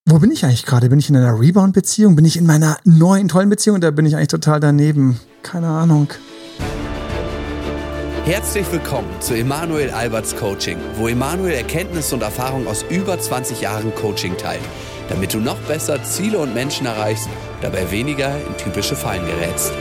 Wo bin ich eigentlich gerade? Bin ich in einer Rebound-Beziehung? Bin ich in meiner neuen, tollen Beziehung? Oder bin ich eigentlich total daneben? Keine Ahnung. Herzlich willkommen zu Emanuel Alberts Coaching, wo Emanuel Erkenntnisse und Erfahrung aus über 20 Jahren Coaching teilt, damit du noch besser Ziele und Menschen erreichst, dabei weniger in typische Fallen gerätst.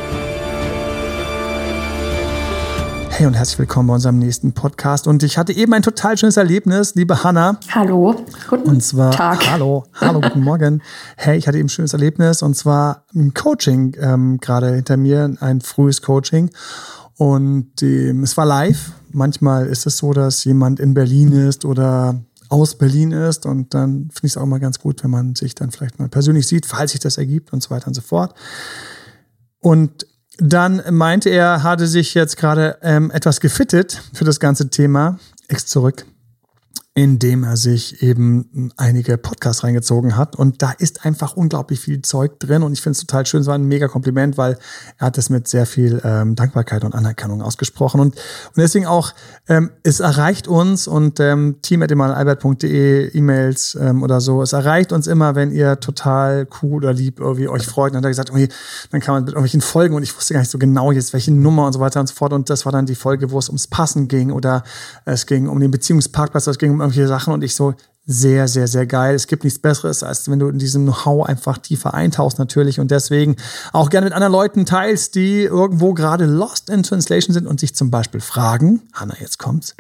Hey und herzlich willkommen bei unserem nächsten Podcast. Und ich hatte eben ein total schönes Erlebnis, liebe Hanna. Hallo, guten Tag. Hallo, guten Morgen. Hey, ich hatte eben ein schönes Erlebnis und zwar im Coaching, gerade hinter mir, ein frühes Coaching. Und es war live. Manchmal ist es so, dass jemand in Berlin ist oder aus Berlin ist. Und dann finde ich es auch mal ganz gut, wenn man sich dann vielleicht mal persönlich sieht, falls sich das ergibt und so weiter und so fort. Und dann meinte er, hatte sich jetzt gerade etwas gefittet für das ganze Thema X zurück, indem er sich eben einige Podcasts reingezogen hat. Und da ist einfach unglaublich viel Zeug drin. Und ich finde es total schön. Es war ein mega Kompliment, weil er hat es mit sehr viel Dankbarkeit und Anerkennung ausgesprochen. Und deswegen auch, es erreicht uns und team@emanuelalbert.de, E-Mails oder so. Es erreicht uns immer, wenn ihr total cool oder lieb irgendwie euch freut. Und dann hat er gesagt, okay, dann kann man mit irgendwelchen Folgen, und ich wusste gar nicht so genau jetzt, welche Nummer und so weiter und so fort. Und das war dann die Folge, wo es ums Passen ging oder es ging um den Beziehungsparkplatz, es ging um irgendwelche Sachen, und ich so, sehr, sehr, sehr geil. Es gibt nichts Besseres, als wenn du in diesem Know-how einfach tiefer eintauchst natürlich, und deswegen auch gerne mit anderen Leuten teilst, die irgendwo gerade lost in translation sind und sich zum Beispiel fragen, Hanna, jetzt kommt's,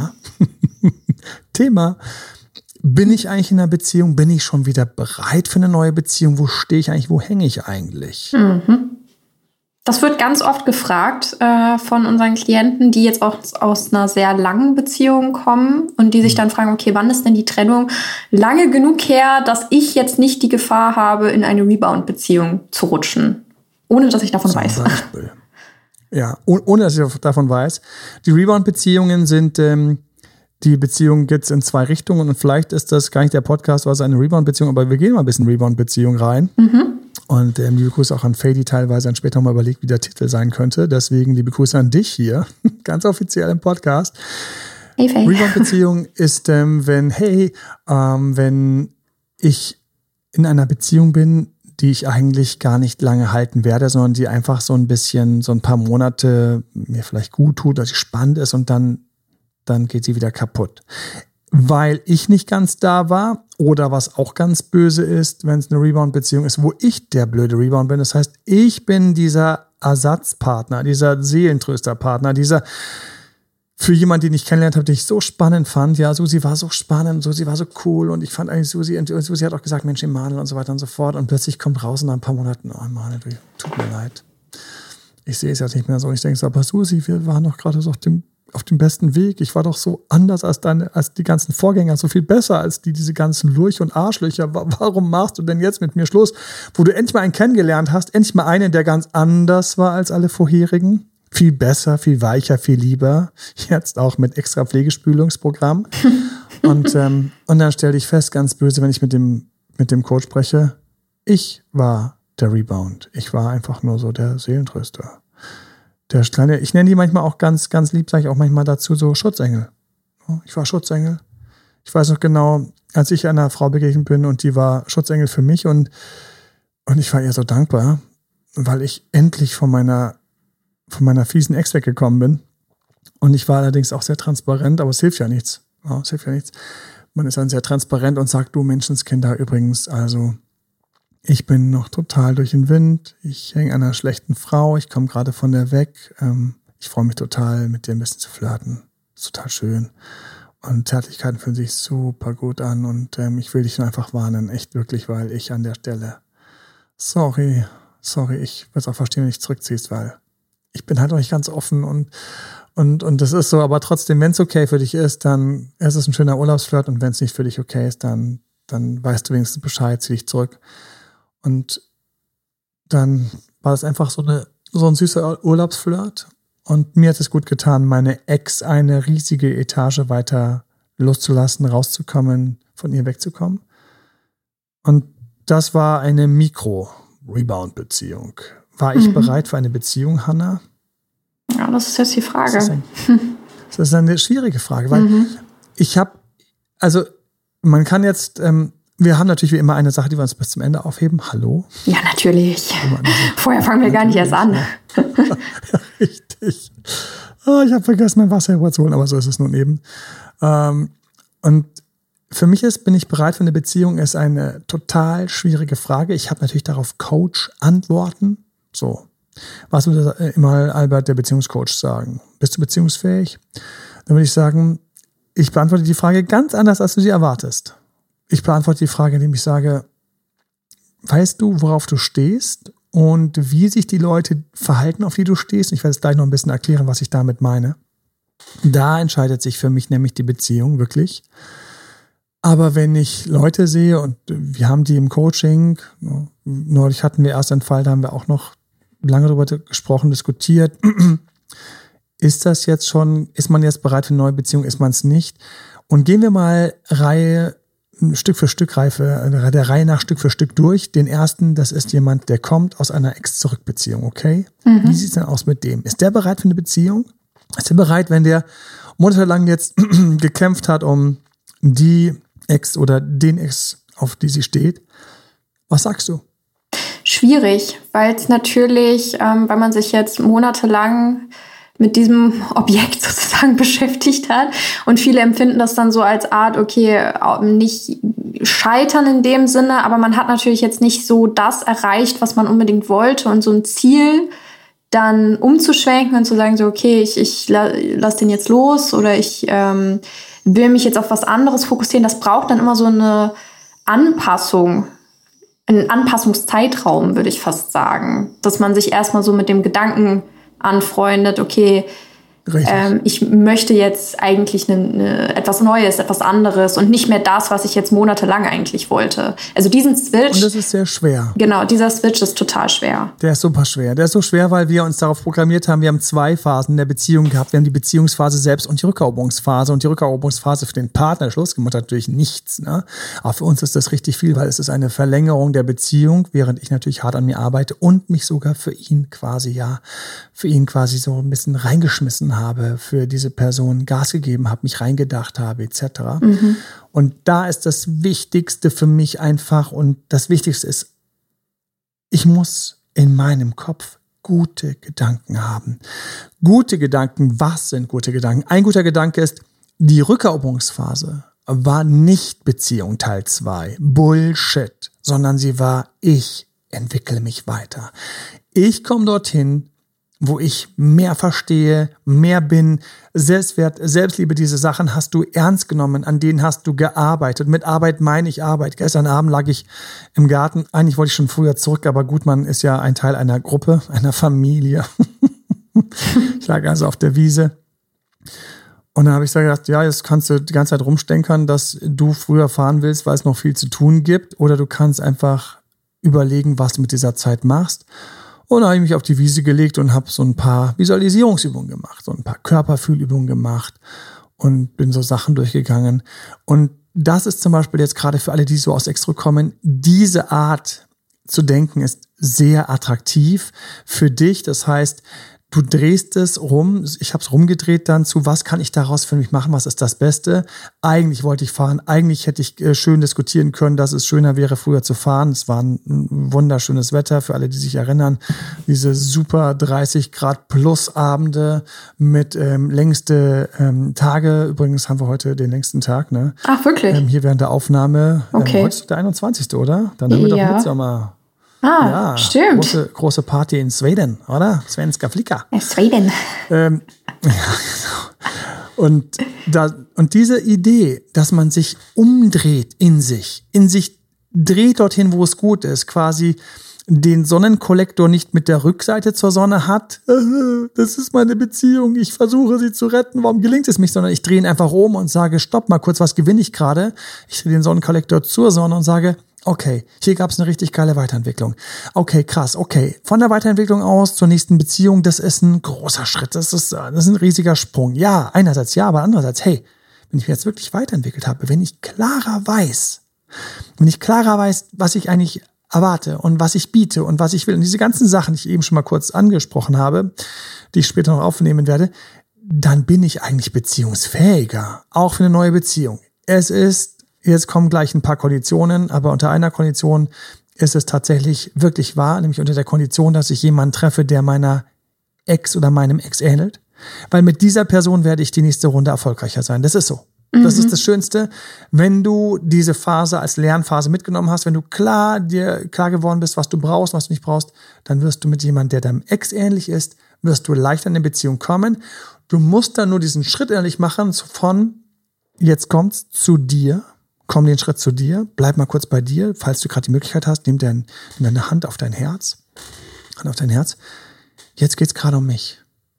Thema, bin ich eigentlich in einer Beziehung? Bin ich schon wieder bereit für eine neue Beziehung? Wo stehe ich eigentlich? Wo hänge ich eigentlich? Das wird ganz oft gefragt von unseren Klienten, die jetzt auch aus einer sehr langen Beziehung kommen und die sich dann fragen, okay, wann ist denn die Trennung lange genug her, dass ich jetzt nicht die Gefahr habe, in eine Rebound-Beziehung zu rutschen, ohne dass ich davon weiß. Ja, ohne dass ich davon weiß. Die Rebound-Beziehungen sind, die Beziehung gibt's in zwei Richtungen, und vielleicht ist das gar nicht der Podcast, was eine Rebound-Beziehung, aber wir gehen mal ein bisschen Rebound-Beziehung rein. Und liebe Grüße auch an Faye, teilweise dann später mal überlegt, wie der Titel sein könnte. Deswegen liebe Grüße an dich hier, ganz offiziell im Podcast. Hey, Faye. Rebound-Beziehung ist, wenn ich in einer Beziehung bin, die ich eigentlich gar nicht lange halten werde, sondern die einfach so ein bisschen, so ein paar Monate mir vielleicht gut tut, dass sie spannend ist, und dann geht sie wieder kaputt. Weil ich nicht ganz da war, oder was auch ganz böse ist, wenn es eine Rebound-Beziehung ist, wo ich der blöde Rebound bin. Das heißt, ich bin dieser Ersatzpartner, dieser Seelentrösterpartner, dieser für jemanden, den ich kennengelernt habe, den ich so spannend fand. Ja, Susi war so spannend, Susi war so cool, und ich fand eigentlich Susi, und Susi hat auch gesagt, Mensch, Emanuel und so weiter und so fort. Und plötzlich kommt raus nach ein paar Monaten, oh Emanuel, tut mir leid. Ich sehe es ja nicht mehr so. Und ich denke so, aber Susi, wir waren doch gerade so auf dem besten Weg. Ich war doch so anders als die ganzen Vorgänger, so viel besser als diese ganzen Lurche und Arschlöcher. Warum machst du denn jetzt mit mir Schluss? Wo du endlich mal einen kennengelernt hast, endlich mal einen, der ganz anders war als alle vorherigen. Viel besser, viel weicher, viel lieber. Jetzt auch mit extra Pflegespülungsprogramm. Und dann stelle ich fest, ganz böse, wenn ich mit dem Coach spreche, ich war der Rebound. Ich war einfach nur so der Seelentröster. Der kleine, ich nenne die manchmal auch ganz, ganz lieb, sage ich auch manchmal dazu, so Schutzengel. Ich war Schutzengel. Ich weiß noch genau, als ich einer Frau begegnet bin, und die war Schutzengel für mich, und ich war ihr so dankbar, weil ich endlich von meiner fiesen Ex weggekommen bin. Und ich war allerdings auch sehr transparent, aber es hilft ja nichts. Ja, es hilft ja nichts. Man ist dann sehr transparent und sagt, du Menschenskinder, übrigens, also ich bin noch total durch den Wind. Ich hänge an einer schlechten Frau. Ich komme gerade von der weg. Ich freue mich total, mit dir ein bisschen zu flirten. Ist total schön. Und Zärtlichkeiten fühlen sich super gut an. Und ich will dich nur einfach warnen. Echt wirklich, weil ich an der Stelle, sorry, ich würde es auch verstehen, wenn du dich zurückziehst, weil ich bin halt noch nicht ganz offen. Und das ist so. Aber trotzdem, wenn es okay für dich ist, dann ist es ein schöner Urlaubsflirt. Und wenn es nicht für dich okay ist, dann weißt du wenigstens Bescheid, zieh dich zurück. Und dann war es einfach so ein süßer Urlaubsflirt. Und mir hat es gut getan, meine Ex eine riesige Etage weiter loszulassen, rauszukommen, von ihr wegzukommen. Und das war eine Mikro-Rebound-Beziehung. War ich bereit für eine Beziehung, Hanna? Ja, das ist jetzt die Frage. Das ist eine schwierige Frage, weil man kann jetzt wir haben natürlich wie immer eine Sache, die wir uns bis zum Ende aufheben. Hallo? Ja, natürlich. Vorher fangen wir gar nicht erst an. Ja, richtig. Oh, ich habe vergessen, mein Wasser hervorzuholen, aber so ist es nun eben. Und für mich bin ich bereit für eine Beziehung, ist eine total schwierige Frage. Ich habe natürlich darauf Coach-Antworten. So, was würde immer Albert, der Beziehungscoach, sagen? Bist du beziehungsfähig? Dann würde ich sagen, ich beantworte die Frage ganz anders, als du sie erwartest. Ich beantworte die Frage, indem ich sage, weißt du, worauf du stehst und wie sich die Leute verhalten, auf die du stehst? Ich werde es gleich noch ein bisschen erklären, was ich damit meine. Da entscheidet sich für mich nämlich die Beziehung wirklich. Aber wenn ich Leute sehe, und wir haben die im Coaching, neulich hatten wir erst einen Fall, da haben wir auch noch lange darüber gesprochen, diskutiert, ist man jetzt bereit für eine neue Beziehung, ist man es nicht? Und gehen wir mal Stück für Stück der Reihe nach Stück für Stück durch. Den ersten, das ist jemand, der kommt aus einer Ex-Zurück-Beziehung, okay? Wie sieht es denn aus mit dem? Ist der bereit für eine Beziehung? Ist er bereit, wenn der monatelang jetzt gekämpft hat um die Ex oder den Ex, auf die sie steht? Was sagst du? Schwierig, weil es natürlich, weil man sich jetzt monatelang mit diesem Objekt sozusagen beschäftigt hat und viele empfinden das dann so als Art, okay, nicht scheitern in dem Sinne, aber man hat natürlich jetzt nicht so das erreicht, was man unbedingt wollte und so ein Ziel dann umzuschwenken und zu sagen so, okay, ich lass den jetzt los oder ich will mich jetzt auf was anderes fokussieren, das braucht dann immer so eine Anpassung, einen Anpassungszeitraum, würde ich fast sagen, dass man sich erstmal so mit dem Gedanken anfreundet, okay, ich möchte jetzt eigentlich etwas Neues, etwas anderes und nicht mehr das, was ich jetzt monatelang eigentlich wollte. Also diesen Switch. Und das ist sehr schwer. Genau, dieser Switch ist total schwer. Der ist super schwer. Der ist so schwer, weil wir uns darauf programmiert haben, wir haben 2 Phasen der Beziehung gehabt. Wir haben die Beziehungsphase selbst und die Rückeroberungsphase. Und die Rückeroberungsphase für den Partner, der Schluss gemacht hat, natürlich nichts. Ne? Aber für uns ist das richtig viel, weil es ist eine Verlängerung der Beziehung, während ich natürlich hart an mir arbeite und mich sogar für ihn quasi so ein bisschen reingeschmissen habe, für diese Person Gas gegeben habe, mich reingedacht habe, etc. Und da ist das Wichtigste für mich einfach, und das Wichtigste ist, ich muss in meinem Kopf gute Gedanken haben. Gute Gedanken, was sind gute Gedanken? Ein guter Gedanke ist, die Rückeroberungsphase war nicht Beziehung Teil 2, Bullshit, sondern sie war, ich entwickle mich weiter. Ich komme dorthin, wo ich mehr verstehe, mehr bin, Selbstwert, Selbstliebe, diese Sachen hast du ernst genommen, an denen hast du gearbeitet. Mit Arbeit meine ich Arbeit. Gestern Abend lag ich im Garten, eigentlich wollte ich schon früher zurück, aber gut, man ist ja ein Teil einer Gruppe, einer Familie. Ich lag also auf der Wiese und dann habe ich so gedacht, ja, jetzt kannst du die ganze Zeit rumstenkern, dass du früher fahren willst, weil es noch viel zu tun gibt, oder du kannst einfach überlegen, was du mit dieser Zeit machst. Und dann habe ich mich auf die Wiese gelegt und habe so ein paar Visualisierungsübungen gemacht, so ein paar Körperfühlübungen gemacht und bin so Sachen durchgegangen. Und das ist zum Beispiel jetzt gerade für alle, die so aus Extra kommen, diese Art zu denken ist sehr attraktiv für dich. Das heißt, du drehst es rum, ich habe es rumgedreht dann zu, was kann ich daraus für mich machen, was ist das Beste? Eigentlich wollte ich fahren, eigentlich hätte ich schön diskutieren können, dass es schöner wäre, früher zu fahren. Es war ein wunderschönes Wetter, für alle, die sich erinnern. Diese super 30 Grad plus Abende mit längste Tage. Übrigens haben wir heute den längsten Tag. Ne? Ach, wirklich? Hier während der Aufnahme. Okay. Heute ist der 21., oder? Dann haben wir doch Mitsommer. Ja, stimmt. Große Party in Schweden, oder? Svenska Flicka. Ja, Schweden. Und diese Idee, dass man sich umdreht in sich dreht dorthin, wo es gut ist, quasi den Sonnenkollektor nicht mit der Rückseite zur Sonne hat. Das ist meine Beziehung, ich versuche sie zu retten, warum gelingt es mich? Sondern ich drehe ihn einfach um und sage, stopp mal kurz, was gewinne ich gerade? Ich drehe den Sonnenkollektor zur Sonne und sage, okay, hier gab es eine richtig geile Weiterentwicklung. Okay, krass, okay. Von der Weiterentwicklung aus zur nächsten Beziehung, das ist ein großer Schritt, das ist ein riesiger Sprung. Ja, einerseits ja, aber andererseits, hey, wenn ich mich jetzt wirklich weiterentwickelt habe, wenn ich klarer weiß, was ich eigentlich erwarte und was ich biete und was ich will und diese ganzen Sachen, die ich eben schon mal kurz angesprochen habe, die ich später noch aufnehmen werde, dann bin ich eigentlich beziehungsfähiger, auch für eine neue Beziehung. Es ist Jetzt kommen gleich ein paar Konditionen, aber unter einer Kondition ist es tatsächlich wirklich wahr, nämlich unter der Kondition, dass ich jemanden treffe, der meiner Ex oder meinem Ex ähnelt. Weil mit dieser Person werde ich die nächste Runde erfolgreicher sein. Das ist so. Das ist das Schönste, wenn du diese Phase als Lernphase mitgenommen hast, wenn du dir klar geworden bist, was du brauchst, was du nicht brauchst, dann wirst du mit jemandem, der deinem Ex ähnlich ist, wirst du leichter in eine Beziehung kommen. Du musst dann nur diesen Schritt ehrlich machen von jetzt kommt's zu dir, komm den Schritt zu dir, bleib mal kurz bei dir, falls du gerade die Möglichkeit hast, nimm deine Hand auf dein Herz. Jetzt geht's gerade um mich.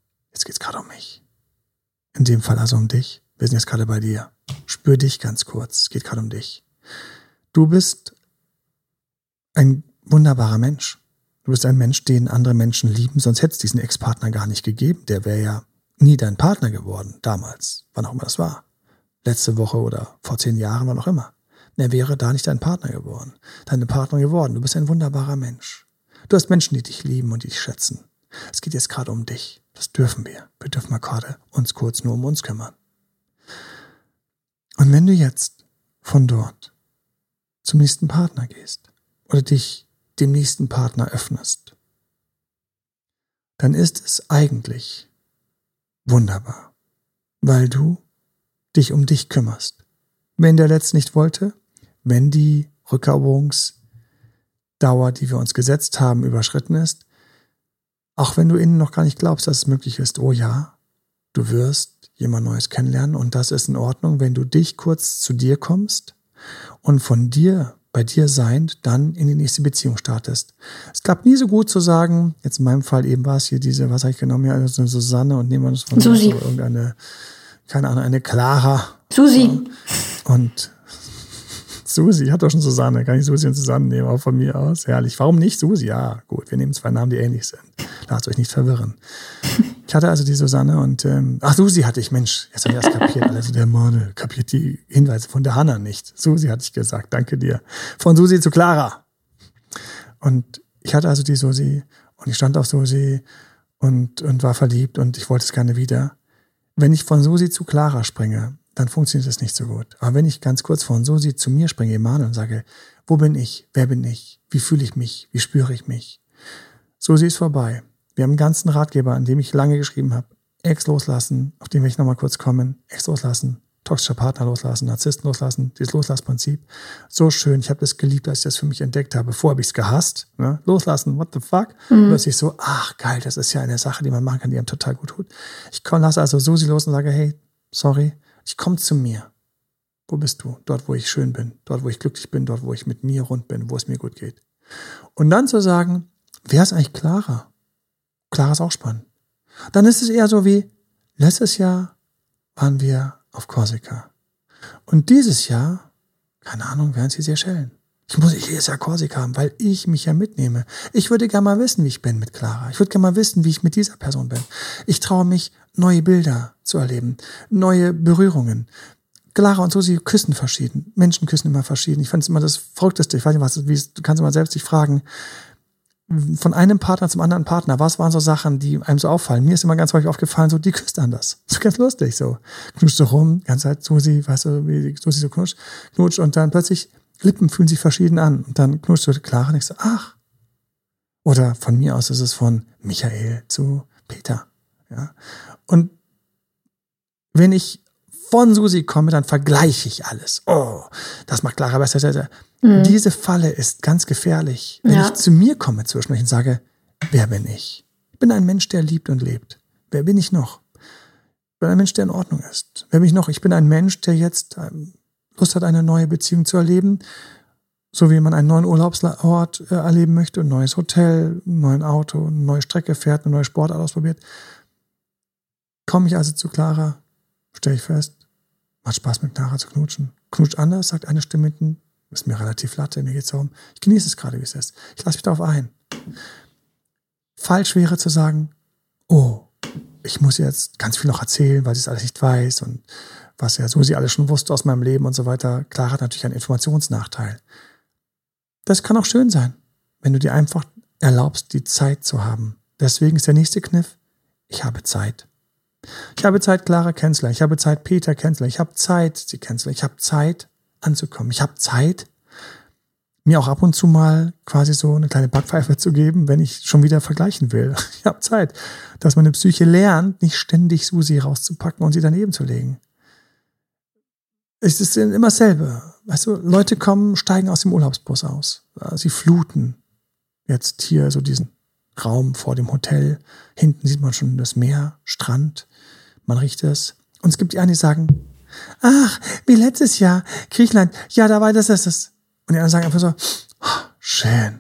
In dem Fall also um dich. Wir sind jetzt gerade bei dir. Spür dich ganz kurz. Es geht gerade um dich. Du bist ein wunderbarer Mensch. Du bist ein Mensch, den andere Menschen lieben, sonst hätte es diesen Ex-Partner gar nicht gegeben. Der wäre ja nie dein Partner geworden, damals, wann auch immer das war. Letzte Woche oder vor 10 Jahren, wann auch immer. Er wäre da nicht dein Partner geworden. Deine Partnerin geworden. Du bist ein wunderbarer Mensch. Du hast Menschen, die dich lieben und die dich schätzen. Es geht jetzt gerade um dich. Das dürfen wir. Wir dürfen mal gerade uns kurz nur um uns kümmern. Und wenn du jetzt von dort zum nächsten Partner gehst oder dich dem nächsten Partner öffnest, dann ist es eigentlich wunderbar, weil du dich um dich kümmerst. Wenn der Letzte nicht wollte, wenn die Rückeroberungsdauer, die wir uns gesetzt haben, überschritten ist, auch wenn du innen noch gar nicht glaubst, dass es möglich ist, oh ja, du wirst jemand Neues kennenlernen und das ist in Ordnung, wenn du dich kurz zu dir kommst und von dir, bei dir seiend, dann in die nächste Beziehung startest. Es klappt nie so gut zu sagen, jetzt in meinem Fall eben war es hier diese, was habe ich genommen, ja, also Susanne und nehmen wir das von Susi. So irgendeine, keine Ahnung, eine Clara. Susi. Und Susi hat doch schon Susanne, kann ich Susi und Susanne nehmen, auch von mir aus, herrlich. Warum nicht Susi? Ja, gut, wir nehmen 2 Namen, die ähnlich sind. Lasst euch nicht verwirren. Ich hatte also die Susanne und, Susi hatte ich, Mensch, jetzt habe ich erst kapiert, also der Morde kapiert die Hinweise von der Hanna nicht. Susi hatte ich gesagt, danke dir. Von Susi zu Clara. Und ich hatte also die Susi und ich stand auf Susi und war verliebt und ich wollte es gerne wieder. Wenn ich von Susi zu Clara springe, dann funktioniert das nicht so gut. Aber wenn ich ganz kurz von Susi zu mir springe, Emanuel, und sage, wo bin ich? Wer bin ich? Wie fühle ich mich? Wie spüre ich mich? Susi ist vorbei. Wir haben einen ganzen Ratgeber, an dem ich lange geschrieben habe. Ex loslassen, auf den will ich nochmal kurz kommen. Ex loslassen, toxischer Partner loslassen, Narzissten loslassen, dieses Loslassprinzip. So schön, ich habe das geliebt, als ich das für mich entdeckt habe. Vorher habe ich es gehasst. Ne? Loslassen, what the fuck? Und plötzlich so, ach geil, das ist ja eine Sache, die man machen kann, die einem total gut tut. Ich lasse also Susi los und sage, hey, sorry, ich komme zu mir. Wo bist du? Dort, wo ich schön bin, dort, wo ich glücklich bin, dort, wo ich mit mir rund bin, wo es mir gut geht. Und dann zu sagen, wer ist eigentlich Clara? Clara ist auch spannend. Dann ist es eher so wie, letztes Jahr waren wir auf Korsika. Und dieses Jahr, keine Ahnung, wären es die Seychellen. Ich muss jedes Jahr Korsika haben, weil ich mich ja mitnehme. Ich würde gerne mal wissen, wie ich bin mit Clara. Ich würde gerne mal wissen, wie ich mit dieser Person bin. Ich traue mich, neue Bilder zu erleben, neue Berührungen. Clara und Susi küssen verschieden. Menschen küssen immer verschieden. Ich fand es immer das Verrückteste. Ich weiß nicht, du kannst immer selbst dich fragen, von einem Partner zum anderen Partner, was waren so Sachen, die einem so auffallen? Mir ist immer ganz häufig aufgefallen, so, die küsst anders. So ganz lustig, so. Knutscht so rum, die ganze Zeit Susi, weißt du, wie Susi so knutscht und dann plötzlich Lippen fühlen sich verschieden an und dann knutscht so Clara und ich so, ach. Oder von mir aus ist es von Michael zu Peter, ja. Und wenn ich von Susi komme, dann vergleiche ich alles. Oh, das macht Clara besser. Diese Falle ist ganz gefährlich. Wenn ich zu mir komme zwischendurch und sage, wer bin ich? Ich bin ein Mensch, der liebt und lebt. Wer bin ich noch? Ich bin ein Mensch, der in Ordnung ist. Wer bin ich noch? Ich bin ein Mensch, der jetzt Lust hat, eine neue Beziehung zu erleben. So wie man einen neuen Urlaubsort erleben möchte, ein neues Hotel, ein neues Auto, eine neue Strecke fährt, eine neue Sportart ausprobiert. Komme ich also zu Clara, stelle ich fest, macht Spaß mit Clara zu knutschen. Knutscht anders, sagt eine Stimme hinten, ist mir relativ latte, mir geht's darum. Ich genieße es gerade, wie es ist. Ich lasse mich darauf ein. Falsch wäre zu sagen, oh, ich muss jetzt ganz viel noch erzählen, weil sie es alles nicht weiß und was ja Susi alles schon wusste aus meinem Leben und so weiter. Clara hat natürlich einen Informationsnachteil. Das kann auch schön sein, wenn du dir einfach erlaubst, die Zeit zu haben. Deswegen ist der nächste Kniff, ich habe Zeit. Ich habe Zeit, Clara kennenzulernen. Ich habe Zeit, Peter kennenzulernen. Ich habe Zeit, sie kennenzulernen. Ich habe Zeit, anzukommen. Ich habe Zeit, mir auch ab und zu mal quasi so eine kleine Backpfeife zu geben, wenn ich schon wieder vergleichen will. Ich habe Zeit, dass meine Psyche lernt, nicht ständig Susi rauszupacken und sie daneben zu legen. Es ist immer dasselbe. Weißt du, Leute kommen, steigen aus dem Urlaubsbus aus. Sie fluten jetzt hier so diesen Raum vor dem Hotel. Hinten sieht man schon das Meer, Strand. Man riecht es. Und es gibt die einen, die sagen, ach, wie letztes Jahr, Griechenland, ja, da war das. Und die anderen sagen einfach so, oh, schön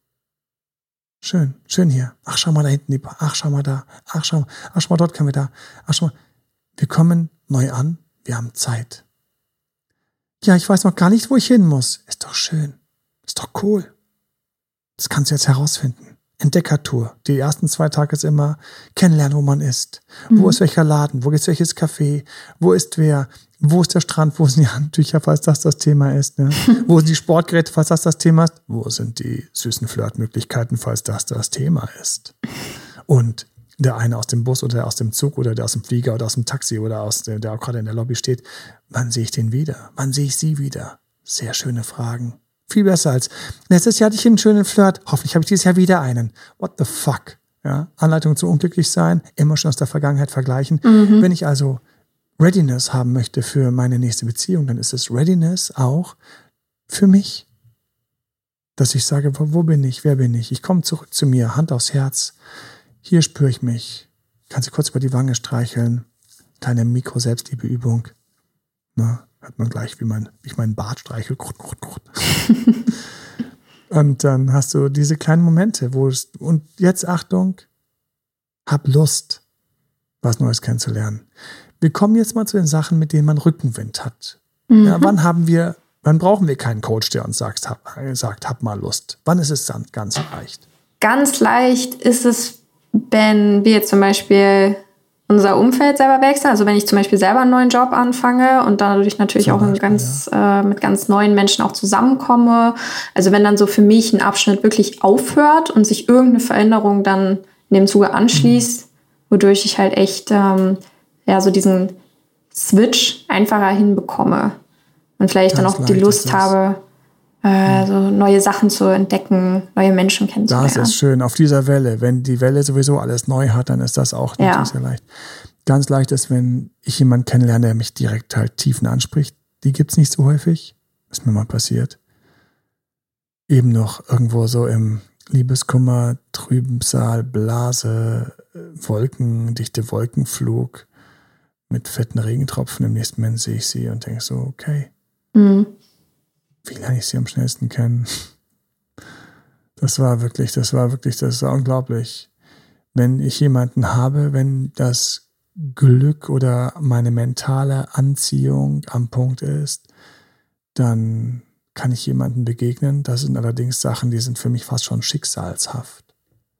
hier. Ach, schau mal da hinten, ach, schau mal da. Ach, schau mal, dort können wir da. Ach, schau mal. Wir kommen neu an, wir haben Zeit. Ja, ich weiß noch gar nicht, wo ich hin muss. Ist doch schön. Ist doch cool. Das kannst du jetzt herausfinden. Entdeckertour. Die ersten 2 Tage ist immer kennenlernen, wo man ist. Wo ist welcher Laden? Wo gibt's welches Café? Wo ist wer? Wo ist der Strand? Wo sind die Handtücher, falls das Thema ist? Ne? Wo sind die Sportgeräte, falls das Thema ist? Wo sind die süßen Flirtmöglichkeiten, falls das Thema ist? Und der eine aus dem Bus oder der aus dem Zug oder der aus dem Flieger oder aus dem Taxi oder der auch gerade in der Lobby steht. Wann sehe ich den wieder? Wann sehe ich sie wieder? Sehr schöne Fragen. Viel besser als, letztes Jahr hatte ich einen schönen Flirt, hoffentlich habe ich dieses Jahr wieder einen. What the fuck? Ja? Anleitung zum Unglücklichsein, immer schon aus der Vergangenheit vergleichen. Wenn ich also Readiness haben möchte für meine nächste Beziehung, dann ist es Readiness auch für mich. Dass ich sage, wo bin ich, wer bin ich? Ich komme zurück zu mir, Hand aufs Herz. Hier spüre ich mich. Kannst du kurz über die Wange streicheln. Kleine Mikro-Selbstliebeübung. Na, hört man gleich, wie ich meinen Bart streichel. Und dann hast du diese kleinen Momente, und jetzt Achtung, hab Lust, was Neues kennenzulernen. Wir kommen jetzt mal zu den Sachen, mit denen man Rückenwind hat. Ja, wann brauchen wir keinen Coach, der uns sagt, hab mal Lust? Wann ist es dann ganz leicht? Ganz leicht ist es, wenn wir zum Beispiel unser Umfeld selber wechseln. Also wenn ich zum Beispiel selber einen neuen Job anfange und dadurch natürlich auch mit ganz neuen Menschen auch zusammenkomme. Also wenn dann so für mich ein Abschnitt wirklich aufhört und sich irgendeine Veränderung dann in dem Zuge anschließt, wodurch ich halt echt so diesen Switch einfacher hinbekomme und vielleicht dann auch die Lust habe, so neue Sachen zu entdecken, neue Menschen kennenzulernen. Das ist schön, auf dieser Welle. Wenn die Welle sowieso alles neu hat, dann ist das auch natürlich sehr leicht. Ganz leicht ist, wenn ich jemanden kennenlerne, der mich direkt halt tiefen anspricht. Die gibt's nicht so häufig. Ist mir mal passiert. Eben noch irgendwo so im Liebeskummer, Trübsal, Blase, dichte Wolkenflug mit fetten Regentropfen. Im nächsten Moment sehe ich sie und denke so, okay. Wie lerne ich sie am schnellsten kennen? Das war unglaublich. Wenn ich jemanden habe, wenn das Glück oder meine mentale Anziehung am Punkt ist, dann kann ich jemandem begegnen. Das sind allerdings Sachen, die sind für mich fast schon schicksalshaft.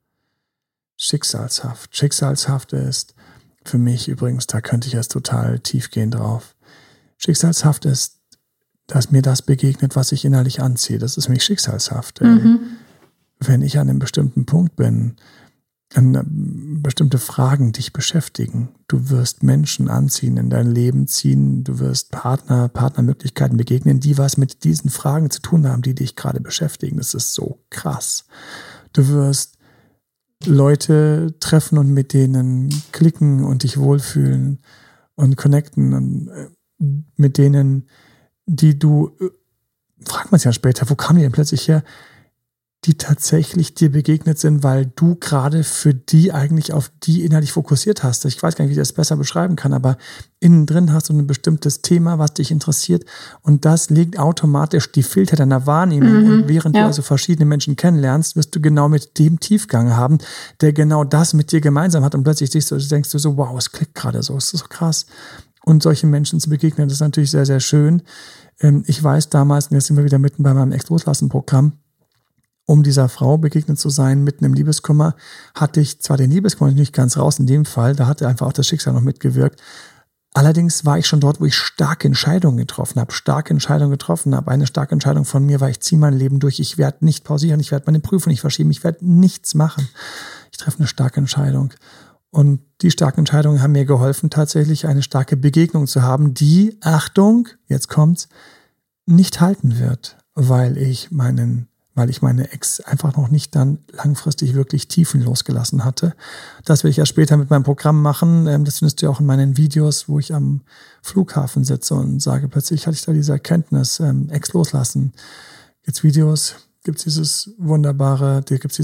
Schicksalshaft ist für mich übrigens, da könnte ich jetzt total tief gehen drauf. Schicksalshaft ist, dass mir das begegnet, was ich innerlich anziehe. Das ist für mich schicksalshaft. Wenn ich an einem bestimmten Punkt bin, bestimmte Fragen dich beschäftigen. Du wirst Menschen anziehen, in dein Leben ziehen. Du wirst Partnermöglichkeiten begegnen, die was mit diesen Fragen zu tun haben, die dich gerade beschäftigen. Das ist so krass. Du wirst Leute treffen und mit denen klicken und dich wohlfühlen und connecten und mit denen, die fragt man es ja später, wo kamen die denn plötzlich her, die tatsächlich dir begegnet sind, weil du gerade für die eigentlich auf die innerlich fokussiert hast. Ich weiß gar nicht, wie ich das besser beschreiben kann, aber innen drin hast du ein bestimmtes Thema, was dich interessiert und das legt automatisch die Filter deiner Wahrnehmung und während du also verschiedene Menschen kennenlernst, wirst du genau mit dem Tiefgang haben, der genau das mit dir gemeinsam hat und plötzlich denkst du so, wow, es klickt gerade so, es ist so krass. Und solchen Menschen zu begegnen, das ist natürlich sehr, sehr schön. Ich weiß damals, und jetzt sind wir wieder mitten bei meinem Ex-Loslassen-Programm, um dieser Frau begegnet zu sein, mitten im Liebeskummer, hatte ich zwar den Liebeskummer nicht ganz raus in dem Fall, da hatte einfach auch das Schicksal noch mitgewirkt. Allerdings war ich schon dort, wo ich starke Entscheidungen getroffen habe. Eine starke Entscheidung von mir war, ich ziehe mein Leben durch, ich werde nicht pausieren, ich werde meine Prüfung nicht verschieben, ich werde nichts machen. Ich treffe eine starke Entscheidung. Und die starken Entscheidungen haben mir geholfen, tatsächlich eine starke Begegnung zu haben, die, Achtung, jetzt kommt's, nicht halten wird, weil ich meine Ex einfach noch nicht dann langfristig wirklich tiefenlos gelassen hatte. Das will ich ja später mit meinem Programm machen. Das findest du ja auch in meinen Videos, wo ich am Flughafen sitze und sage, plötzlich hatte ich da diese Erkenntnis, Ex loslassen. Gibt's Videos, gibt's diese wunderbaren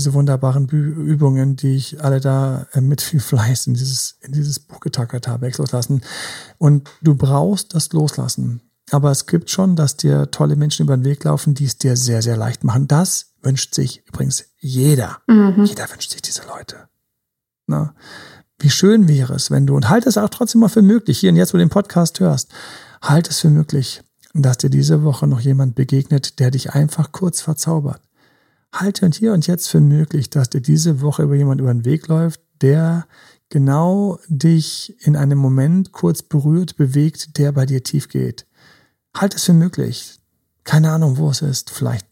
Übungen, die ich alle da mit viel Fleiß in dieses Buch getackert habe, Ex loslassen. Und du brauchst das Loslassen. Aber es gibt schon, dass dir tolle Menschen über den Weg laufen, die es dir sehr, sehr leicht machen. Das wünscht sich übrigens jeder. Jeder wünscht sich diese Leute. Na, wie schön wäre es, wenn du, und halt es auch trotzdem mal für möglich, hier und jetzt, wo du den Podcast hörst, halt es für möglich, dass dir diese Woche noch jemand begegnet, der dich einfach kurz verzaubert. Halte und hier und jetzt für möglich, dass dir diese Woche jemand über den Weg läuft, der genau dich in einem Moment kurz berührt, bewegt, der bei dir tief geht. Halt es für möglich. Keine Ahnung, wo es ist. Vielleicht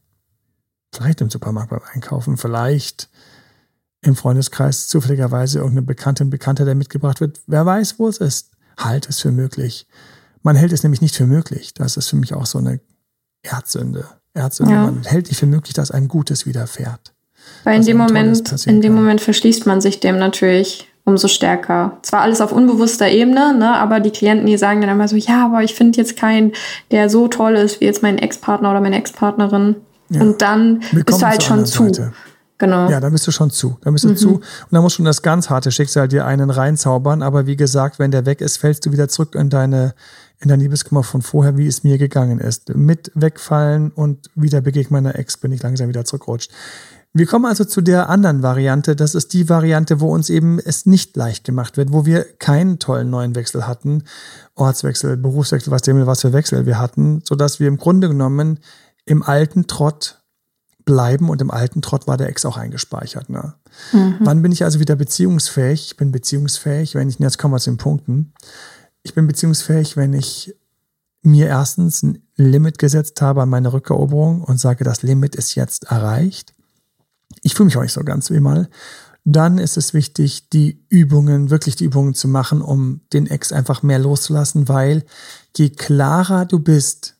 im Supermarkt beim Einkaufen, vielleicht im Freundeskreis zufälligerweise irgendeine Bekannte, der mitgebracht wird. Wer weiß, wo es ist. Halt es für möglich. Man hält es nämlich nicht für möglich. Das ist für mich auch so eine Erdsünde. Ja. Man hält nicht für möglich, dass einem Gutes widerfährt. Weil in dem Moment verschließt man sich dem natürlich umso stärker. Zwar alles auf unbewusster Ebene, ne, aber die Klienten, die sagen dann immer so, ja, aber ich finde jetzt keinen, der so toll ist wie jetzt mein Ex-Partner oder meine Ex-Partnerin. Ja. Und dann bist du halt schon zu. Seite. Genau. Ja, dann bist du schon zu. Dann bist du zu. Und dann muss schon das ganz harte Schicksal dir einen reinzaubern. Aber wie gesagt, wenn der weg ist, fällst du wieder zurück in dein Liebeskummer von vorher, wie es mir gegangen ist. Mit wegfallen und wieder Begegnen meiner Ex bin ich langsam wieder zurückgerutscht. Wir kommen also zu der anderen Variante. Das ist die Variante, wo uns eben es nicht leicht gemacht wird, wo wir keinen tollen neuen Wechsel hatten, Ortswechsel, Berufswechsel, was für Wechsel wir hatten, sodass wir im Grunde genommen im alten Trott bleiben und im alten Trott war der Ex auch eingespeichert. Ne? Wann bin ich also wieder beziehungsfähig? Ich bin beziehungsfähig, jetzt kommen wir zu den Punkten. Ich bin beziehungsfähig, wenn ich mir erstens ein Limit gesetzt habe an meine Rückeroberung und sage, das Limit ist jetzt erreicht. Ich fühle mich auch nicht so ganz wie mal. Dann ist es wichtig, wirklich die Übungen zu machen, um den Ex einfach mehr loszulassen, weil je klarer du bist,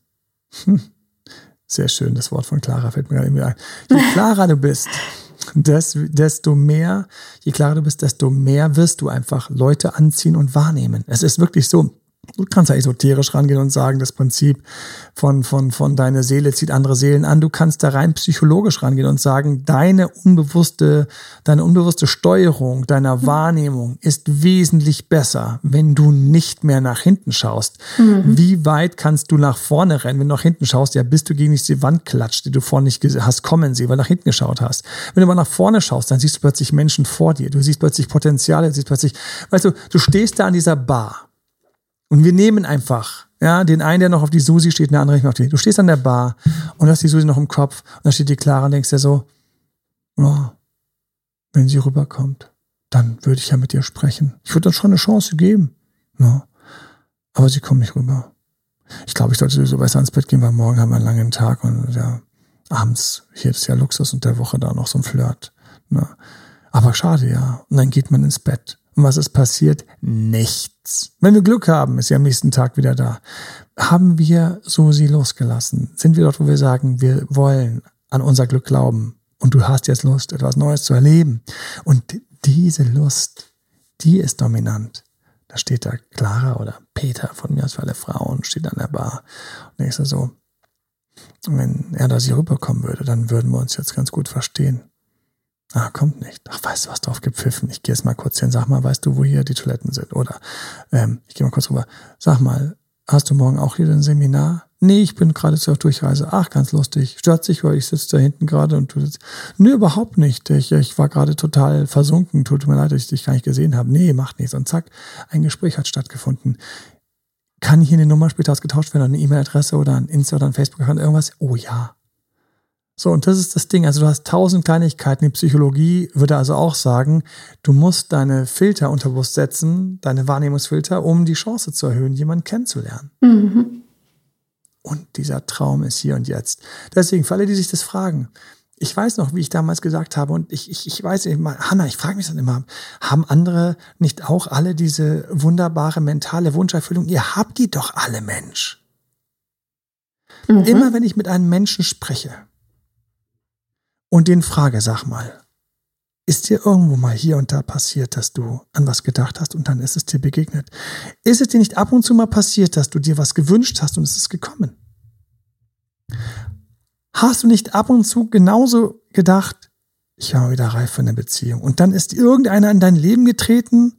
sehr schön, das Wort von Clara fällt mir gerade irgendwie ein, je klarer du bist, desto mehr wirst du einfach Leute anziehen und wahrnehmen. Es ist wirklich so. Du kannst ja esoterisch rangehen und sagen, das Prinzip von deine Seele zieht andere Seelen an. Du kannst da rein psychologisch rangehen und sagen, deine unbewusste Steuerung deiner Wahrnehmung ist wesentlich besser, wenn du nicht mehr nach hinten schaust. Wie weit kannst du nach vorne rennen? Wenn du nach hinten schaust, ja, bis du gegen die Wand klatscht, die du vorne nicht hast kommen sehen, weil du nach hinten geschaut hast. Wenn du aber nach vorne schaust, dann siehst du plötzlich Menschen vor dir. Du siehst plötzlich Potenziale, weißt du stehst da an dieser Bar. Und wir nehmen einfach, den einen, der noch auf die Susi steht, und der andere nicht mehr auf die. Du stehst an der Bar und hast die Susi noch im Kopf und dann steht die Clara und denkst dir so, wenn sie rüberkommt, dann würde ich ja mit ihr sprechen. Ich würde dann schon eine Chance geben. No. Aber sie kommt nicht rüber. Ich glaube, ich sollte sowieso besser ins Bett gehen, weil morgen haben wir einen langen Tag und abends, hier ist ja Luxus und der Woche da noch so ein Flirt. No. Aber schade, ja. Und dann geht man ins Bett. Und was ist passiert? Nichts. Wenn wir Glück haben, ist sie am nächsten Tag wieder da. Haben wir Susi losgelassen? Sind wir dort, wo wir sagen, wir wollen an unser Glück glauben und du hast jetzt Lust, etwas Neues zu erleben? Und diese Lust, die ist dominant. Da steht da Clara oder Peter, von mir aus für alle Frauen, steht an der Bar. Und denkst du so, wenn er da sie rüberkommen würde, dann würden wir uns jetzt ganz gut verstehen. Kommt nicht. Weißt du was, drauf gepfiffen. Ich gehe jetzt mal kurz hin. Sag mal, weißt du, wo hier die Toiletten sind? Oder ich gehe mal kurz rüber. Sag mal, hast du morgen auch hier ein Seminar? Nee, ich bin gerade zur Durchreise. Ganz lustig. Stört sich, weil ich sitze da hinten gerade und du sitzt. Nee, überhaupt nicht. Ich war gerade total versunken. Tut mir leid, dass ich dich gar nicht gesehen habe. Nee, macht nichts. Und zack, ein Gespräch hat stattgefunden. Kann hier eine Nummer später ausgetauscht werden, eine E-Mail-Adresse oder ein Insta oder ein Facebook-Account, irgendwas? Oh ja. So, und das ist das Ding. Also du hast 1000 Kleinigkeiten. Die Psychologie würde also auch sagen, du musst deine Filter unterbewusst setzen, deine Wahrnehmungsfilter, um die Chance zu erhöhen, jemanden kennenzulernen. Und dieser Traum ist hier und jetzt. Deswegen, für alle, die sich das fragen, ich weiß noch, wie ich damals gesagt habe, und ich weiß immer, Hanna, ich frage mich das immer, haben andere nicht auch alle diese wunderbare mentale Wunscherfüllung? Ihr habt die doch alle, Mensch. Immer wenn ich mit einem Menschen spreche und den frage, sag mal, ist dir irgendwo mal hier und da passiert, dass du an was gedacht hast und dann ist es dir begegnet? Ist es dir nicht ab und zu mal passiert, dass du dir was gewünscht hast und es ist gekommen? Hast du nicht ab und zu genauso gedacht, ich war mal wieder reif für eine Beziehung und dann ist irgendeiner in dein Leben getreten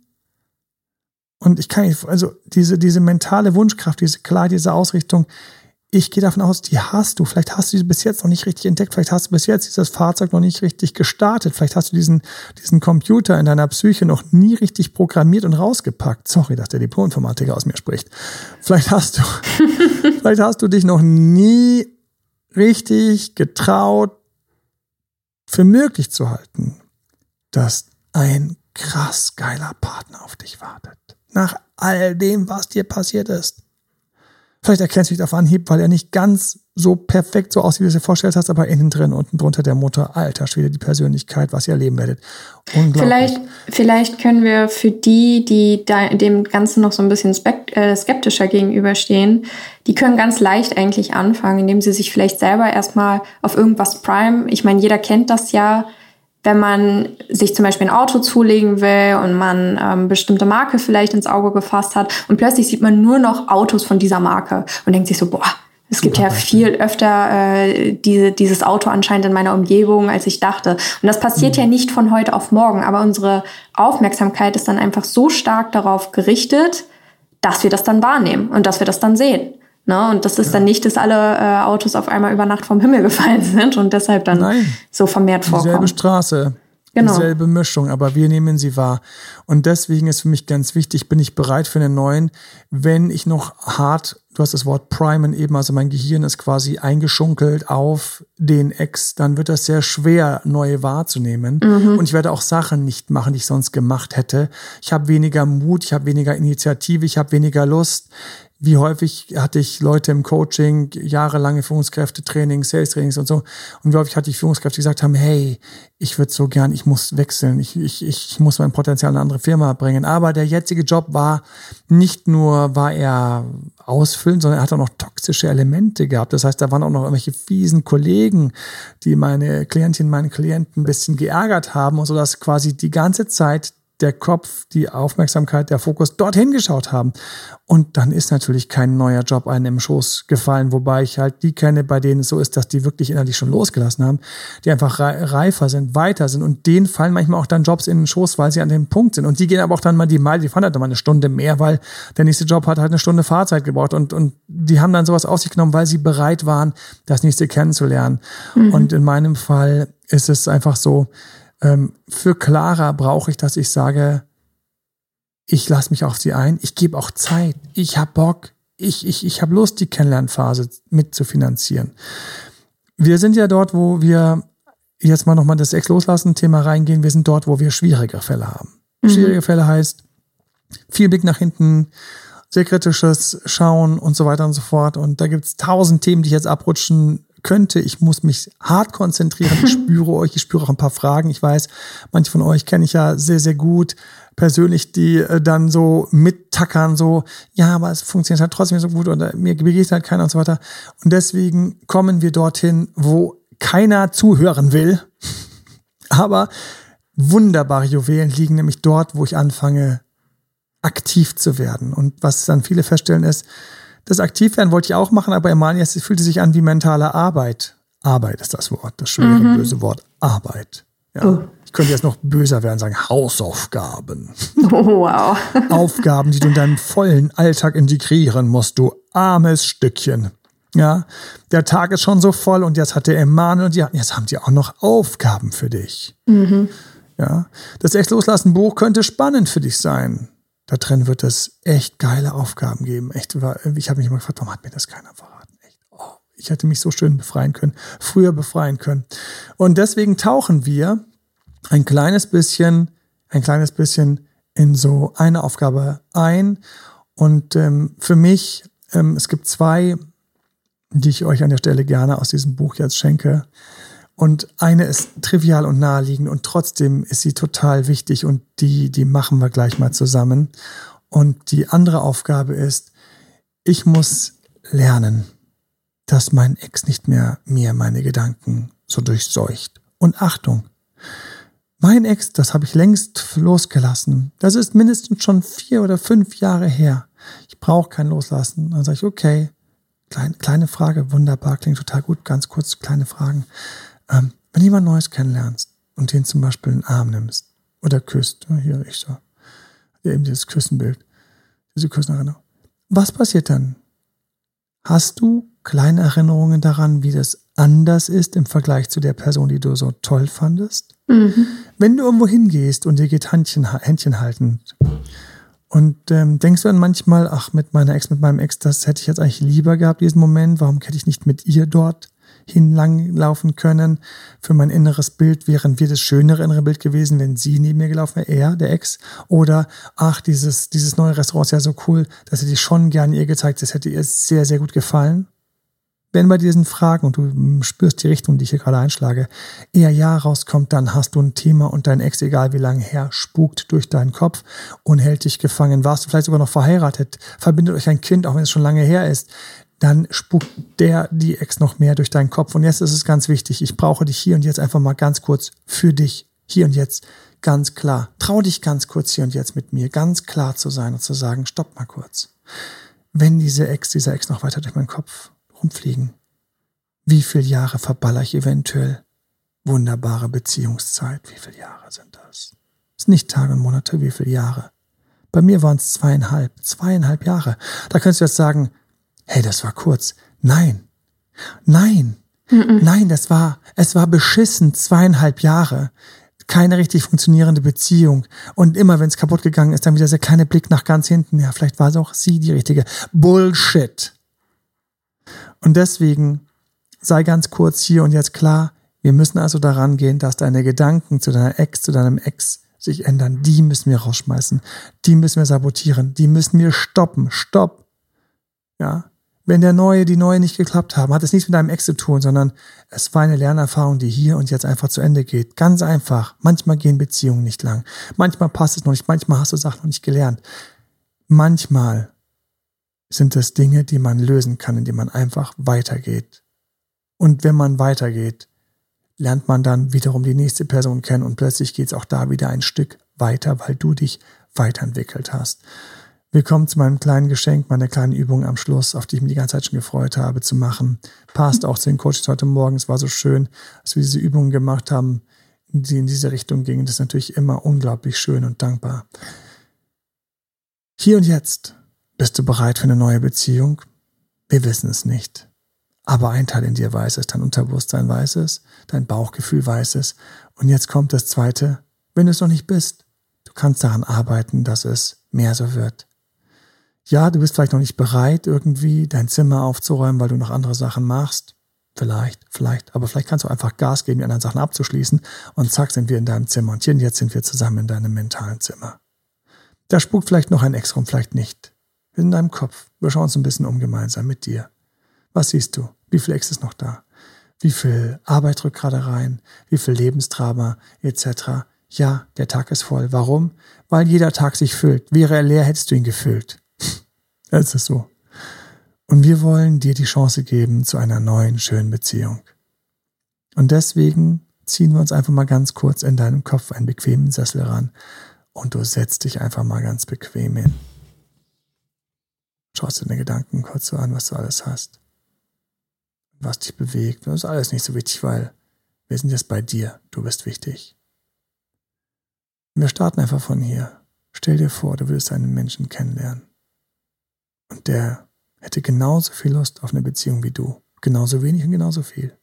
und ich kann nicht, also diese mentale Wunschkraft, diese Ausrichtung, ich gehe davon aus, die hast du. Vielleicht hast du sie bis jetzt noch nicht richtig entdeckt. Vielleicht hast du bis jetzt dieses Fahrzeug noch nicht richtig gestartet. Vielleicht hast du diesen Computer in deiner Psyche noch nie richtig programmiert und rausgepackt. Sorry, dass der Diplom-Informatiker aus mir spricht. Vielleicht hast du dich noch nie richtig getraut, für möglich zu halten, dass ein krass geiler Partner auf dich wartet. Nach all dem, was dir passiert ist. Vielleicht erkennst du dich auf Anhieb, weil er nicht ganz so perfekt so aussieht, wie du es dir vorgestellt hast, aber innen drin, unten drunter der Mutter, alter Schwede, die Persönlichkeit, was ihr erleben werdet. Unglaublich. Vielleicht können wir für die dem Ganzen noch so ein bisschen skeptischer gegenüberstehen, die können ganz leicht eigentlich anfangen, indem sie sich vielleicht selber erstmal auf irgendwas primen. Ich meine, jeder kennt das ja, wenn man sich zum Beispiel ein Auto zulegen will und man bestimmte Marke vielleicht ins Auge gefasst hat und plötzlich sieht man nur noch Autos von dieser Marke und denkt sich so, boah, es gibt ja viel öfter dieses Auto anscheinend in meiner Umgebung, als ich dachte. Und das passiert ja nicht von heute auf morgen, aber unsere Aufmerksamkeit ist dann einfach so stark darauf gerichtet, dass wir das dann wahrnehmen und dass wir das dann sehen. Ne? Und das ist dann nicht, dass alle Autos auf einmal über Nacht vom Himmel gefallen sind und deshalb dann so vermehrt vorkommen. Dieselbe Straße, dieselbe Mischung, aber wir nehmen sie wahr. Und deswegen ist für mich ganz wichtig, bin ich bereit für einen neuen, wenn ich noch hart, du hast das Wort primen eben, also mein Gehirn ist quasi eingeschunkelt auf den Ex, dann wird das sehr schwer, neue wahrzunehmen. Und ich werde auch Sachen nicht machen, die ich sonst gemacht hätte. Ich habe weniger Mut, ich habe weniger Initiative, ich habe weniger Lust. Wie häufig hatte ich Leute im Coaching, jahrelange Führungskräftetraining, Sales-Trainings und so. Und wie häufig hatte ich Führungskräfte, die gesagt haben, hey, ich würde so gern, ich muss wechseln, ich muss mein Potenzial in eine andere Firma bringen. Aber der jetzige Job war er ausfüllend, sondern er hat auch noch toxische Elemente gehabt. Das heißt, da waren auch noch irgendwelche fiesen Kollegen, die meine Klientinnen, meine Klienten ein bisschen geärgert haben und so, dass quasi die ganze Zeit der Kopf, die Aufmerksamkeit, der Fokus dorthin geschaut haben. Und dann ist natürlich kein neuer Job einem im Schoß gefallen, wobei ich halt die kenne, bei denen es so ist, dass die wirklich innerlich schon losgelassen haben, die einfach reifer sind, weiter sind und denen fallen manchmal auch dann Jobs in den Schoß, weil sie an dem Punkt sind. Und die gehen aber auch dann mal die fahren halt mal eine Stunde mehr, weil der nächste Job hat halt eine Stunde Fahrzeit gebraucht und die haben dann sowas auf sich genommen, weil sie bereit waren, das nächste kennenzulernen. Und in meinem Fall ist es einfach so, für Clara brauche ich, dass ich sage, ich lasse mich auf sie ein, ich gebe auch Zeit, ich habe Bock, ich habe Lust, die Kennenlernphase mit zu finanzieren. Wir sind ja dort, wo wir jetzt mal nochmal das Ex loslassen Thema reingehen, wir sind dort, wo wir schwierige Fälle haben. Schwierige Fälle heißt, viel Blick nach hinten, sehr kritisches Schauen und so weiter und so fort. Und da gibt es 1000 Themen, die ich jetzt abrutschen könnte. Ich muss mich hart konzentrieren. Ich spüre euch, ich spüre auch ein paar Fragen. Ich weiß, manche von euch kenne ich ja sehr, sehr gut persönlich, die dann so mittackern, so, ja, aber es funktioniert halt trotzdem so gut oder mir begegnet halt keiner und so weiter. Und deswegen kommen wir dorthin, wo keiner zuhören will. Aber wunderbare Juwelen liegen nämlich dort, wo ich anfange, aktiv zu werden. Und was dann viele feststellen ist, das Aktivwerden wollte ich auch machen, aber Emanuel, es fühlte sich an wie mentale Arbeit. Arbeit ist das Wort, das schwere, böse Wort. Arbeit. Ja. Ich könnte jetzt noch böser werden, sagen Hausaufgaben. Oh, wow. Aufgaben, die du in deinem vollen Alltag integrieren musst, du armes Stückchen. Ja, der Tag ist schon so voll und jetzt hat der Emanuel und jetzt haben die auch noch Aufgaben für dich. Ja, das Ex-Loslassen-Buch könnte spannend für dich sein. Da drin wird es echt geile Aufgaben geben. Echt, ich habe mich immer gefragt, warum hat mir das keiner verraten? Echt, ich hätte mich so schön früher befreien können. Und deswegen tauchen wir ein kleines bisschen in so eine Aufgabe ein. Und für mich, es gibt 2, die ich euch an der Stelle gerne aus diesem Buch jetzt schenke. Und eine ist trivial und naheliegend und trotzdem ist sie total wichtig und die machen wir gleich mal zusammen. Und die andere Aufgabe ist, ich muss lernen, dass mein Ex nicht mehr mir meine Gedanken so durchseucht. Und Achtung, mein Ex, das habe ich längst losgelassen. Das ist mindestens schon 4 oder 5 Jahre her. Ich brauche kein Loslassen. Dann sage ich, okay, kleine Frage, wunderbar, klingt total gut, ganz kurz, kleine Fragen. Wenn du jemand Neues kennenlernst und den zum Beispiel in den Arm nimmst oder küsst, hier, ich so, ja, eben dieses Küssenbild, diese Küssenerinnerung. Was passiert dann? Hast du kleine Erinnerungen daran, wie das anders ist im Vergleich zu der Person, die du so toll fandest? Mhm. Wenn du irgendwo hingehst und dir geht Händchen halten und denkst du dann manchmal, ach, mit meinem Ex, das hätte ich jetzt eigentlich lieber gehabt, diesen Moment, warum hätte ich nicht mit ihr dort hinlanglaufen können? Für mein inneres Bild wären wir das schönere innere Bild gewesen, wenn sie neben mir gelaufen wäre, er, der Ex. Oder, ach, dieses neue Restaurant ist ja so cool, das hätte ich schon gerne ihr gezeigt, das hätte ihr sehr, sehr gut gefallen. Wenn bei diesen Fragen, und du spürst die Richtung, die ich hier gerade einschlage, eher Ja rauskommt, dann hast du ein Thema und dein Ex, egal wie lange her, spukt durch deinen Kopf und hält dich gefangen. Warst du vielleicht sogar noch verheiratet, verbindet euch ein Kind, auch wenn es schon lange her ist, dann spukt die Ex noch mehr durch deinen Kopf. Und jetzt ist es ganz wichtig, ich brauche dich hier und jetzt einfach mal ganz kurz für dich, hier und jetzt, ganz klar. Trau dich ganz kurz hier und jetzt mit mir, ganz klar zu sein und zu sagen, stopp mal kurz. Wenn dieser Ex noch weiter durch meinen Kopf rumfliegen, wie viele Jahre verballer ich eventuell? Wunderbare Beziehungszeit, wie viele Jahre sind das? Es sind nicht Tage und Monate, wie viele Jahre? Bei mir waren es 2,5 Jahre. Da könntest du jetzt sagen, hey, das war kurz. Nein, es war beschissen, 2,5 Jahre. Keine richtig funktionierende Beziehung. Und immer, wenn es kaputt gegangen ist, dann wieder der kleine Blick nach ganz hinten. Ja, vielleicht war es auch sie die richtige. Bullshit. Und deswegen sei ganz kurz hier und jetzt klar, wir müssen also daran gehen, dass deine Gedanken zu deiner Ex, zu deinem Ex sich ändern. Die müssen wir rausschmeißen. Die müssen wir sabotieren. Die müssen wir stoppen. Stopp. Ja. Wenn die Neue nicht geklappt haben, hat es nichts mit deinem Ex zu tun, sondern es war eine Lernerfahrung, die hier und jetzt einfach zu Ende geht. Ganz einfach. Manchmal gehen Beziehungen nicht lang. Manchmal passt es noch nicht. Manchmal hast du Sachen noch nicht gelernt. Manchmal sind es Dinge, die man lösen kann, indem man einfach weitergeht. Und wenn man weitergeht, lernt man dann wiederum die nächste Person kennen und plötzlich geht es auch da wieder ein Stück weiter, weil du dich weiterentwickelt hast. Willkommen zu meinem kleinen Geschenk, meiner kleinen Übung am Schluss, auf die ich mich die ganze Zeit schon gefreut habe zu machen. Passt auch zu den Coaches heute Morgen. Es war so schön, dass wir diese Übungen gemacht haben, die in diese Richtung gingen. Das ist natürlich immer unglaublich schön und dankbar. Hier und jetzt. Bist du bereit für eine neue Beziehung? Wir wissen es nicht. Aber ein Teil in dir weiß es, dein Unterbewusstsein weiß es, dein Bauchgefühl weiß es. Und jetzt kommt das Zweite, wenn du es noch nicht bist. Du kannst daran arbeiten, dass es mehr so wird. Ja, du bist vielleicht noch nicht bereit, irgendwie dein Zimmer aufzuräumen, weil du noch andere Sachen machst. Vielleicht. Aber vielleicht kannst du einfach Gas geben, die anderen Sachen abzuschließen. Und zack, sind wir in deinem Zimmer. Und hier und jetzt sind wir zusammen in deinem mentalen Zimmer. Da spukt vielleicht noch ein Ex rum, vielleicht nicht. Wir sind in deinem Kopf. Wir schauen uns ein bisschen um gemeinsam mit dir. Was siehst du? Wie viel Ex ist noch da? Wie viel Arbeit rückt gerade rein? Wie viel Lebensdrama etc.? Ja, der Tag ist voll. Warum? Weil jeder Tag sich füllt. Wäre er leer, hättest du ihn gefüllt. Das ist so. Und wir wollen dir die Chance geben zu einer neuen, schönen Beziehung. Und deswegen ziehen wir uns einfach mal ganz kurz in deinem Kopf einen bequemen Sessel ran und du setzt dich einfach mal ganz bequem hin. Schaust dir deine Gedanken kurz so an, was du alles hast. Was dich bewegt. Das ist alles nicht so wichtig, weil wir sind jetzt bei dir. Du bist wichtig. Wir starten einfach von hier. Stell dir vor, du würdest einen Menschen kennenlernen. Und der hätte genauso viel Lust auf eine Beziehung wie du. Genauso wenig und genauso viel.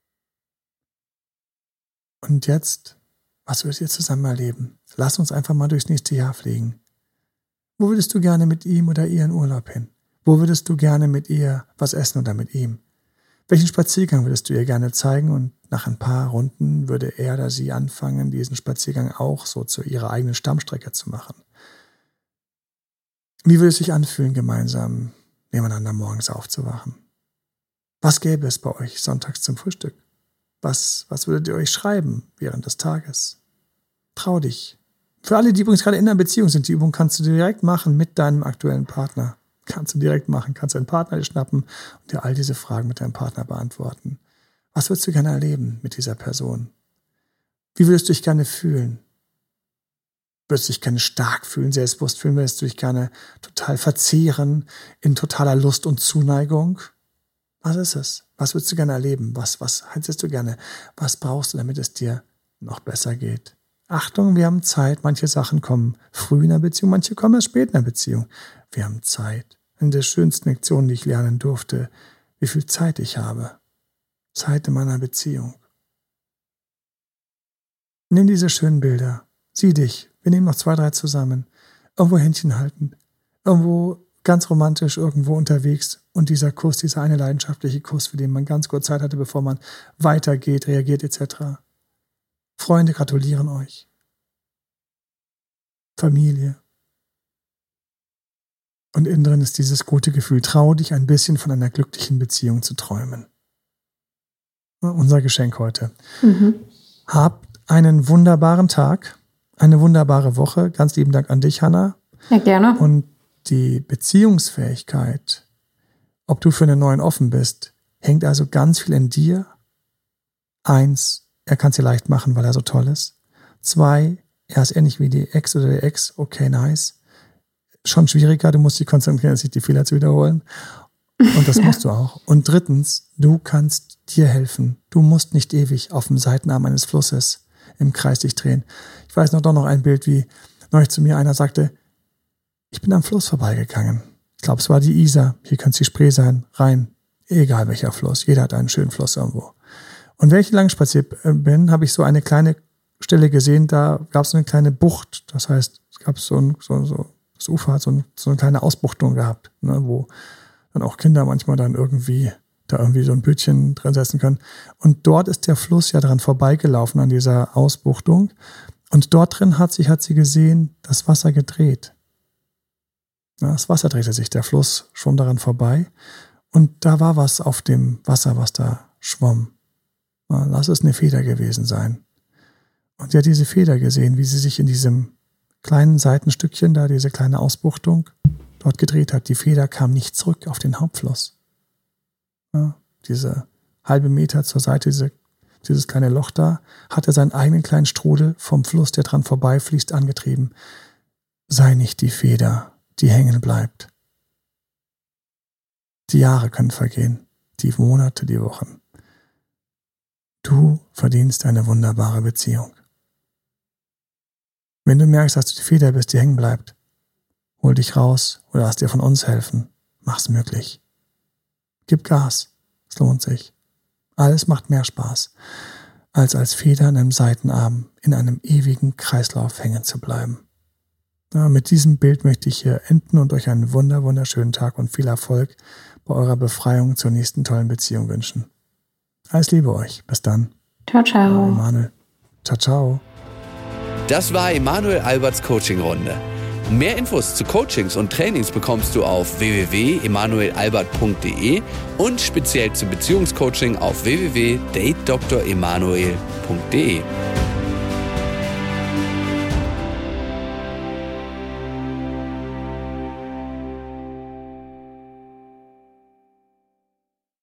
Und jetzt, was würdet ihr zusammen erleben? Lass uns einfach mal durchs nächste Jahr fliegen. Wo würdest du gerne mit ihm oder ihr in Urlaub hin? Wo würdest du gerne mit ihr was essen oder mit ihm? Welchen Spaziergang würdest du ihr gerne zeigen? Und nach ein paar Runden würde er oder sie anfangen, diesen Spaziergang auch so zu ihrer eigenen Stammstrecke zu machen. Wie würde es sich anfühlen, gemeinsam nebeneinander morgens aufzuwachen? Was gäbe es bei euch sonntags zum Frühstück? Was würdet ihr euch schreiben während des Tages? Trau dich. Für alle, die übrigens gerade in einer Beziehung sind, die Übung kannst du direkt machen mit deinem aktuellen Partner. Kannst du direkt machen, kannst deinen Partner schnappen und dir all diese Fragen mit deinem Partner beantworten. Was würdest du gerne erleben mit dieser Person? Wie würdest du dich gerne fühlen? Würdest du dich gerne stark fühlen, selbstbewusst fühlen? Würdest du dich gerne total verzehren in totaler Lust und Zuneigung? Was ist es? Was würdest du gerne erleben? Was hättest du gerne? Was brauchst du, damit es dir noch besser geht? Achtung, wir haben Zeit. Manche Sachen kommen früh in der Beziehung, manche kommen erst spät in der Beziehung. Wir haben Zeit. Eine der schönsten Lektionen, die ich lernen durfte, wie viel Zeit ich habe. Zeit in meiner Beziehung. Nimm diese schönen Bilder. Sieh dich. Wir nehmen noch 2, 3 zusammen. Irgendwo Händchen halten. Irgendwo ganz romantisch irgendwo unterwegs. Und dieser Kuss, dieser eine leidenschaftliche Kuss, für den man ganz kurz Zeit hatte, bevor man weitergeht, reagiert etc. Freunde gratulieren euch. Familie. Und innen drin ist dieses gute Gefühl. Trau dich ein bisschen von einer glücklichen Beziehung zu träumen. Unser Geschenk heute. Habt einen wunderbaren Tag, eine wunderbare Woche. Ganz lieben Dank an dich, Hannah. Ja, gerne. Und die Beziehungsfähigkeit, ob du für einen neuen offen bist, hängt also ganz viel in dir. 1, er kann es dir leicht machen, weil er so toll ist. 2, er ist ähnlich wie die Ex oder der Ex, okay, nice. Schon schwieriger, du musst dich konzentrieren, sich die Fehler zu wiederholen. Und das musst du auch. Und 3, du kannst dir helfen. Du musst nicht ewig auf dem Seitenarm eines Flusses im Kreis dich drehen. Ich weiß noch ein Bild, wie neulich zu mir einer sagte, ich bin am Fluss vorbeigegangen. Ich glaube, es war die Isar. Hier könnte es die Spree sein. Rein. Egal welcher Fluss. Jeder hat einen schönen Fluss irgendwo. Und wenn ich lang spaziert bin, habe ich so eine kleine Stelle gesehen, da gab es so eine kleine Bucht. Das heißt, es gab das Ufer hat so eine kleine Ausbuchtung gehabt, ne, wo dann auch Kinder manchmal dann irgendwie so ein Bötchen drin setzen können. Und dort ist der Fluss ja dran vorbeigelaufen an dieser Ausbuchtung. Und dort drin hat sie gesehen, das Wasser gedreht. Ja, das Wasser drehte sich, der Fluss schwamm daran vorbei. Und da war was auf dem Wasser, was da schwamm. Ja, lass es eine Feder gewesen sein. Und sie hat diese Feder gesehen, wie sie sich in diesem kleinen Seitenstückchen da, diese kleine Ausbuchtung, dort gedreht hat. Die Feder kam nicht zurück auf den Hauptfluss. Ja, diese halbe Meter zur Seite, dieses kleine Loch da, hatte seinen eigenen kleinen Strudel vom Fluss, der dran vorbeifließt, angetrieben. Sei nicht die Feder, die hängen bleibt. Die Jahre können vergehen, die Monate, die Wochen. Du verdienst eine wunderbare Beziehung. Wenn du merkst, dass du die Feder bist, die hängen bleibt, hol dich raus oder lass dir von uns helfen. Mach's möglich. Gib Gas. Es lohnt sich. Alles macht mehr Spaß, als Feder an einem Seitenarm in einem ewigen Kreislauf hängen zu bleiben. Ja, mit diesem Bild möchte ich hier enden und euch einen wunderschönen Tag und viel Erfolg bei eurer Befreiung zur nächsten tollen Beziehung wünschen. Alles Liebe euch. Bis dann. Ciao, ciao. Emanuel. Ciao, ciao. Das war Emanuel Alberts Coaching-Runde. Mehr Infos zu Coachings und Trainings bekommst du auf www.emanuelalbert.de und speziell zum Beziehungscoaching auf www.datedremanuel.de.